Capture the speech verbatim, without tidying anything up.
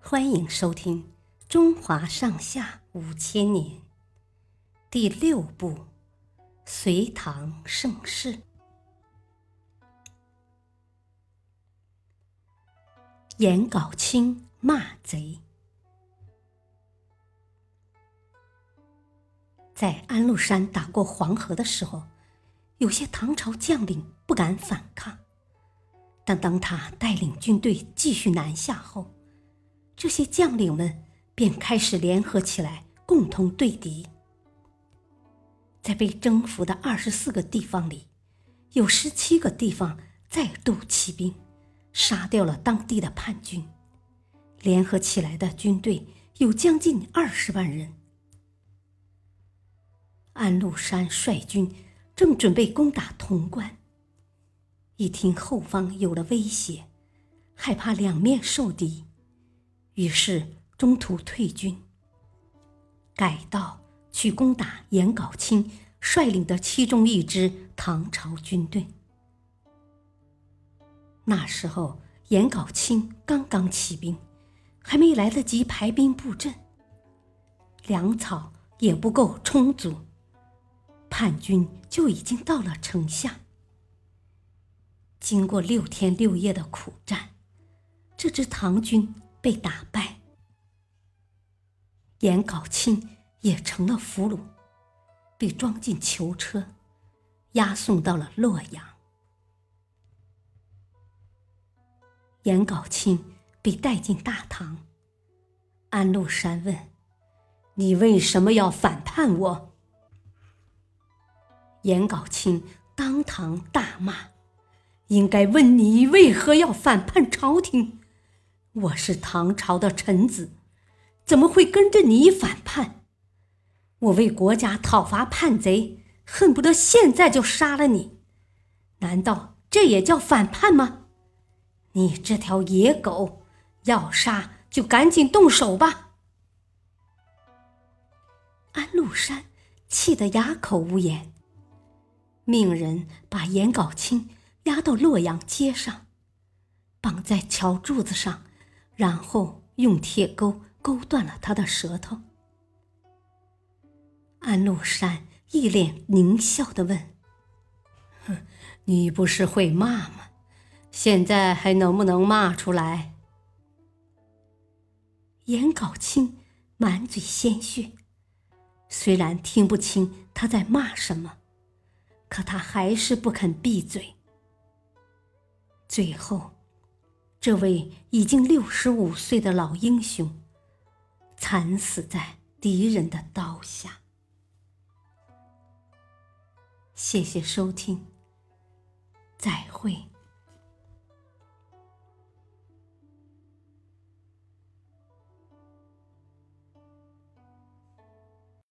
欢迎收听《中华上下五千年》第六部《隋唐盛世》。颜杲卿骂贼。在安禄山打过黄河的时候，有些唐朝将领不敢反抗，但当他带领军队继续南下后，这些将领们便开始联合起来，共同对敌。在被征服的二十四个地方里，有十七个地方再度起兵，杀掉了当地的叛军，联合起来的军队有将近二十万人。安禄山率军正准备攻打潼关，一听后方有了威胁，害怕两面受敌，于是中途退军，改道去攻打颜杲卿率领的其中一支唐朝军队。那时候颜杲卿刚刚起兵，还没来得及排兵布阵，粮草也不够充足，叛军就已经到了城下。经过六天六夜的苦战，这支唐军被打败，颜杲卿也成了俘虏，被装进囚车，押送到了洛阳。颜杲卿被带进大堂，安禄山问：“你为什么要反叛我？”颜杲卿当堂大骂：“应该问你为何要反叛朝廷？我是唐朝的臣子，怎么会跟着你反叛？我为国家讨伐叛贼，恨不得现在就杀了你，难道这也叫反叛吗？你这条野狗，要杀就赶紧动手吧！”安禄山气得哑口无言，命人把颜杲卿押到洛阳街上，绑在桥柱子上，然后用铁钩勾断了他的舌头。安禄山一脸狞笑地问：“哼，你不是会骂吗？现在还能不能骂出来？”颜杲卿满嘴鲜血，虽然听不清他在骂什么，可他还是不肯闭嘴。最后，这位已经六十五岁的老英雄惨死在敌人的刀下。谢谢收听，再会。